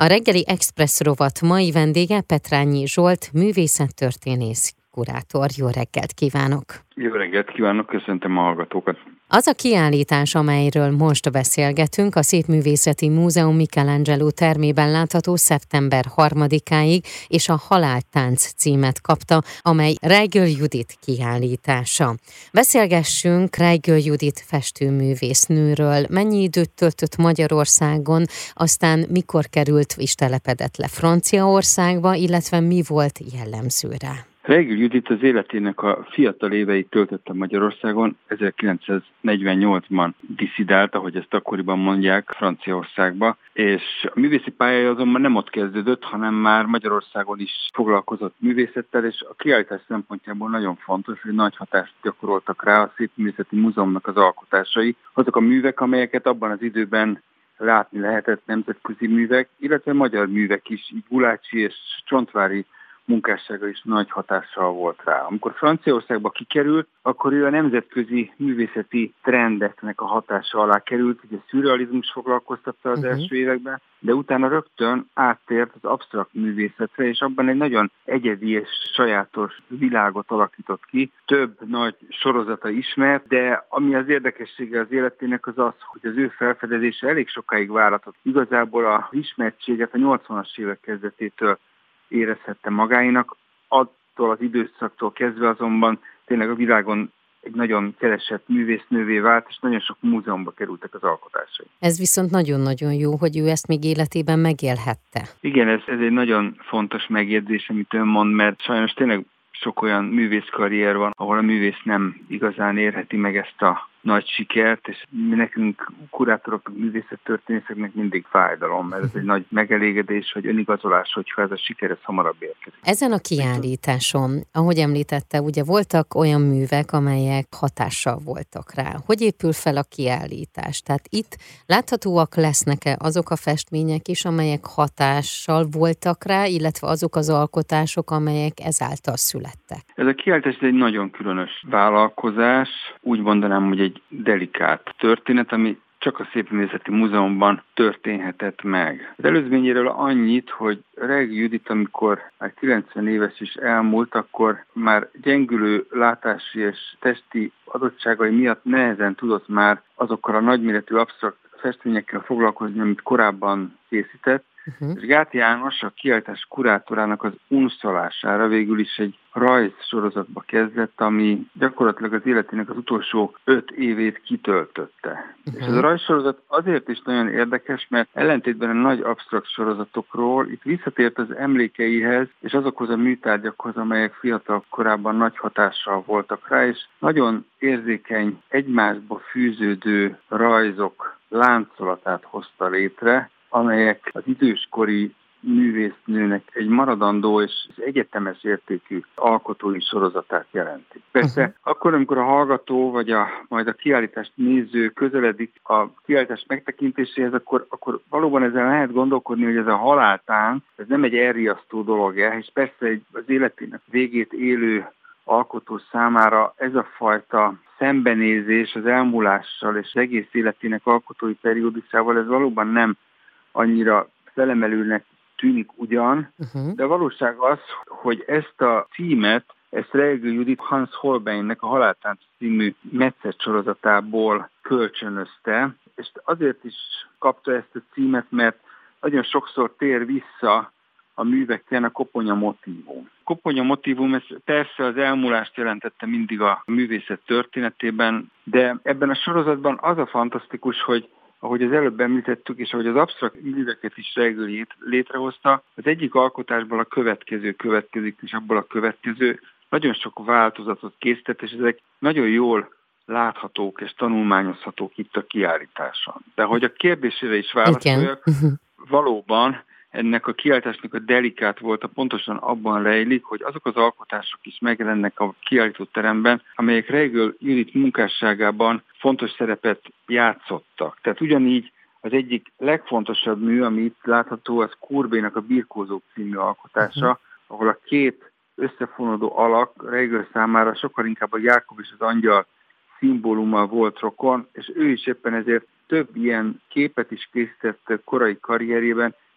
A reggeli Express rovat mai vendége Petrányi Zsolt, művészettörténész, kurátor. Jó reggelt kívánok! Jó reggelt kívánok, köszöntöm a hallgatókat! Az a kiállítás, amelyről most beszélgetünk, a Szépművészeti Múzeum Michelangelo termében látható szeptember 3-áig, és a Haláltánc címet kapta, amely Reigl Judit kiállítása. Beszélgessünk Reigl Judit festőművésznőről. Mennyi időt töltött Magyarországon, aztán mikor került és telepedett le Franciaországba, illetve mi volt jellemző rá? Reigl Judit az életének a fiatal éveit töltötte Magyarországon, 1948-ban disszidált, ahogy ezt akkoriban mondják, Franciaországba, és a művészi pályája azonban nem ott kezdődött, hanem már Magyarországon is foglalkozott művészettel, és a kiállítás szempontjából nagyon fontos, hogy nagy hatást gyakoroltak rá a Szépművészeti Múzeumnak az alkotásai. Azok a művek, amelyeket abban az időben látni lehetett, nemzetközi művek, illetve magyar művek is, így Gulácsi és Csontváry munkássága is nagy hatással volt rá. Amikor Franciaországba kikerült, akkor ő a nemzetközi művészeti trendeknek a hatása alá került, ugye a szürrealizmus foglalkoztatta az első években, de utána rögtön áttért az absztrakt művészetre, és abban egy nagyon egyedi és sajátos világot alakított ki. Több nagy sorozata ismert, de ami az érdekessége az életének az az, hogy az ő felfedezése elég sokáig váratott. Igazából az ismertséget a 80-as évek kezdetétől érezhette magáinak, attól az időszaktól kezdve azonban tényleg a világon egy nagyon keresett művésznővé vált, és nagyon sok múzeumba kerültek az alkotásai. Ez viszont nagyon-nagyon jó, hogy ő ezt még életében megélhette. Igen, ez egy nagyon fontos megjegyzés, amit ön mond, mert sajnos tényleg sok olyan művészkarrier van, ahol a művész nem igazán érheti meg ezt a nagy sikert, és mi nekünk, kurátorok, művészettörténészeknek mindig fájdalom, mert ez egy nagy megelégedés, vagy önigazolás, hogyha ez a siker hamarabb érkezik. Ezen a kiállításon, ahogy említette, ugye voltak olyan művek, amelyek hatással voltak rá. Hogy épül fel a kiállítás? Tehát itt láthatóak lesznek-e azok a festmények is, amelyek hatással voltak rá, illetve azok az alkotások, amelyek ezáltal születtek? Ez a kiállítás egy nagyon különös vállalkozás, úgy mondanám, hogy egy delikát történet, ami csak a Szépművészeti Múzeumban történhetett meg. Az előzményéről annyit, hogy Reigl Judit, amikor már 90 éves is elmúlt, akkor már gyengülő látási és testi adottságai miatt nehezen tudott már azokkal a nagyméretű absztrakt festményekkel foglalkozni, amit korábban készített, és Gáth János, a kiállítás kurátorának az unszolására végül is egy rajzsorozatba kezdett, ami gyakorlatilag az életének az utolsó 5 évét kitöltötte. És ez a rajzsorozat azért is nagyon érdekes, mert ellentétben a nagy absztrakt sorozatokról itt visszatért az emlékeihez, és azokhoz a műtárgyakhoz, amelyek fiatal korában nagy hatással voltak rá, és nagyon érzékeny, egymásba fűződő rajzok láncolatát hozta létre, amelyek az időskori művésznőnek egy maradandó és egyetemes értékű alkotói sorozatát jelentik. Persze akkor, amikor a hallgató vagy majd a kiállítást néző közeledik a kiállítás megtekintéséhez, akkor valóban ezen lehet gondolkodni, hogy ez a haláltánc, ez nem egy elriasztó dolog, és persze az életének végét élő alkotó számára ez a fajta szembenézés az elmúlással és az egész életének alkotói periódusával, ez valóban nem annyira felemelőnek tűnik ugyan, de a valóság az, hogy ezt a címet, ezt Reigl Judit Hans Holbeinnek a Haláltánc című metszet sorozatából kölcsönözte, és azért is kapta ezt a címet, mert nagyon sokszor tér vissza a műveken a koponya motívum. A koponya motívum, ez persze az elmúlást jelentette mindig a művészet történetében, de ebben a sorozatban az a fantasztikus, hogy ahogy az előbb említettük, és ahogy az absztrakt műveket is Reigl létrehozta, az egyik alkotásból a következő következik, és abból a következő nagyon sok változatot készített, és ezek nagyon jól láthatók és tanulmányozhatók itt a kiállításon. De hogy a kérdésére is válaszoljak, valóban ennek a kiállításnak a delikát volt, pontosan abban rejlik, hogy azok az alkotások is megjelennek a kiállítóteremben, amelyek Reigl Judit munkásságában fontos szerepet játszottak. Tehát ugyanígy az egyik legfontosabb mű, ami itt látható, az Courbénak a Birkózók című alkotása, ahol a két összefonódó alak Reigl számára sokkal inkább a Jákob és az angyal szimbóluma volt rokon, és ő is éppen ezért több ilyen képet is készített korai karrierjében,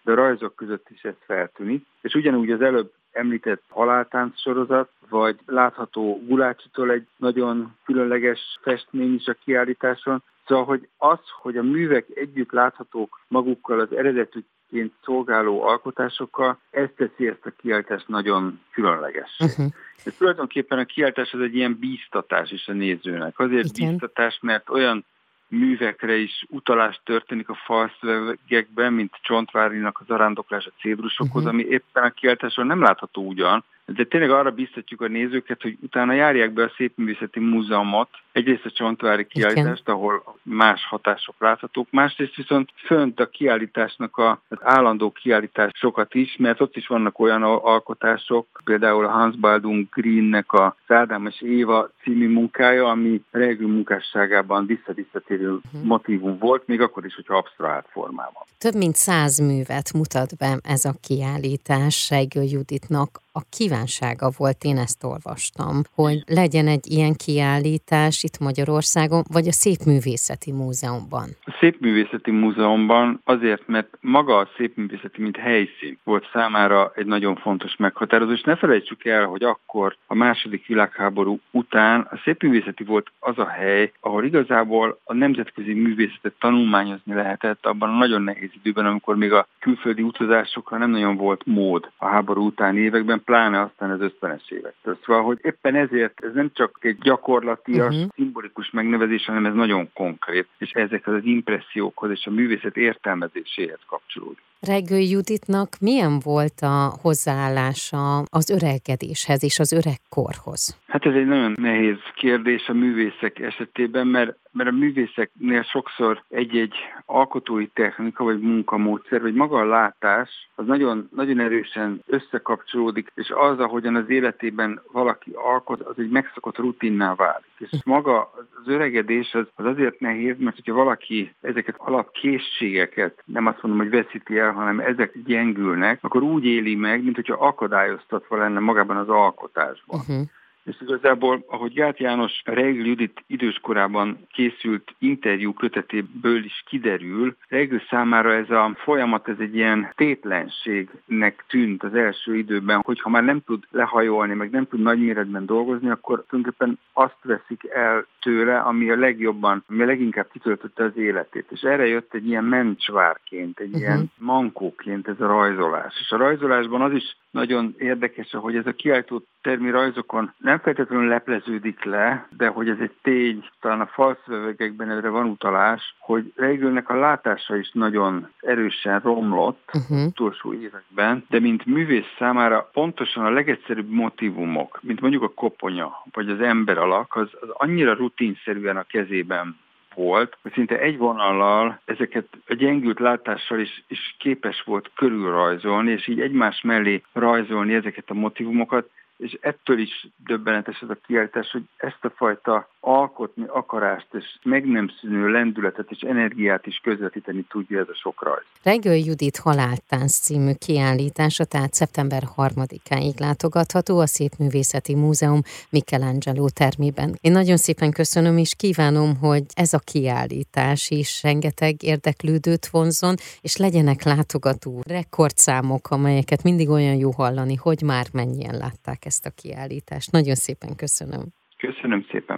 de a rajzok között is ez feltűnik. És ugyanúgy az előbb említett haláltánc sorozat, vagy látható Gulácsitól egy nagyon különleges festmény is a kiállításon. Szóval, hogy a művek együtt láthatók magukkal az eredetüként szolgáló alkotásokkal, ez teszi ezt a kiállítást nagyon különleges. De tulajdonképpen a kiállítás az egy ilyen bíztatás is a nézőnek. Azért bíztatás, mert olyan művekre is utalás történik a falszövegekben, mint Csontvárinak az Arandoklás a cédrusokhoz, ami éppen a kiállításon nem látható ugyan, de tényleg arra biztatjuk a nézőket, hogy utána járják be a Szépművészeti Múzeumot, egyrészt a Csontvári kiállítást, ahol más hatások láthatók, másrészt viszont fönt a kiállításnak az állandó kiállításokat is, mert ott is vannak olyan alkotások, például a Hans Baldung Greennek a Ádám és Éva című munkája, ami Reggl munkásságában visszatérő motívum volt, még akkor is, hogyha absztrakt formában. Több mint 100 művet mutat be ez a kiállítás. Reggl Juditnak a kívánsága volt, én ezt olvastam, hogy legyen egy ilyen kiállítás itt Magyarországon, vagy a Szépművészeti Múzeumban. A Szépművészeti Múzeumban azért, mert maga a szépművészeti, mint helyszín volt számára egy nagyon fontos meghatározó, és ne felejtsük el, hogy akkor a II. Világháború után a szépművészeti volt az a hely, ahol igazából a nemzetközi művészetet tanulmányozni lehetett abban a nagyon nehéz időben, amikor még a külföldi utazásokra nem nagyon volt mód a háború utáni években, pláne aztán az 50-es évektől. Szóval, hogy éppen ezért ez nem csak egy gyakorlatias, szimbolikus megnevezés, hanem ez nagyon konkrét, és ezekhez az impressziókhoz és a művészet értelmezéséhez kapcsolódik. Reggl Juditnak milyen volt a hozzáállása az öregedéshez és az öregkorhoz? Hát ez egy nagyon nehéz kérdés a művészek esetében, mert a művészeknél sokszor egy-egy alkotói technika, vagy munkamódszer, vagy maga a látás, az nagyon, nagyon erősen összekapcsolódik, és az, ahogyan az életében valaki alkot, az egy megszokott rutinná válik. És maga az öregedés az azért nehéz, mert hogyha valaki ezeket alapkészségeket, nem azt mondom, hogy veszíti el, hanem ezek gyengülnek, akkor úgy éli meg, mint hogyha akadályoztatva lenne magában az alkotásban. És igazából, ahogy Gát János Reggl Judit időskorában készült interjú kötetéből is kiderül, Reggl számára ez a folyamat, ez egy ilyen tétlenségnek tűnt az első időben, hogyha már nem tud lehajolni, meg nem tud nagyméretben dolgozni, akkor tulajdonképpen azt veszik el tőle, ami a leginkább kitöltötte az életét. És erre jött egy ilyen mencsvárként, egy ilyen mankóként ez a rajzolás. És a rajzolásban az is nagyon érdekes, hogy ez a kiállítótermi rajzokon nem feltétlenül lepleződik le, de hogy ez egy tény, talán a falszövegekben erre van utalás, hogy Regglnek a látása is nagyon erősen romlott az utolsó években, de mint művész számára pontosan a legegyszerűbb motívumok, mint mondjuk a koponya, vagy az emberalak, az annyira rutinszerűen a kezében volt, hogy szinte egy vonallal ezeket a gyengült látással is képes volt körülrajzolni, és így egymás mellé rajzolni ezeket a motivumokat, és ettől is döbbenetes ez a kiállítás, hogy ezt a fajta alkotni akarást és meg nem szűnő lendületet és energiát is közvetíteni tudja ez a sok rajz. Reggl Judit Haláltánc című kiállítása tehát szeptember 3-áig látogatható a Szépművészeti Múzeum Michelangelo termében. Én nagyon szépen köszönöm és kívánom, hogy ez a kiállítás is rengeteg érdeklődőt vonzon, és legyenek látogató rekordszámok, amelyeket mindig olyan jó hallani, hogy már mennyien látták ezt a kiállítást. Nagyon szépen köszönöm. Köszönöm szépen.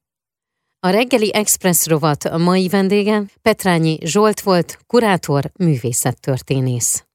A reggeli Express rovat mai vendége Petrányi Zsolt volt, kurátor, művészettörténész.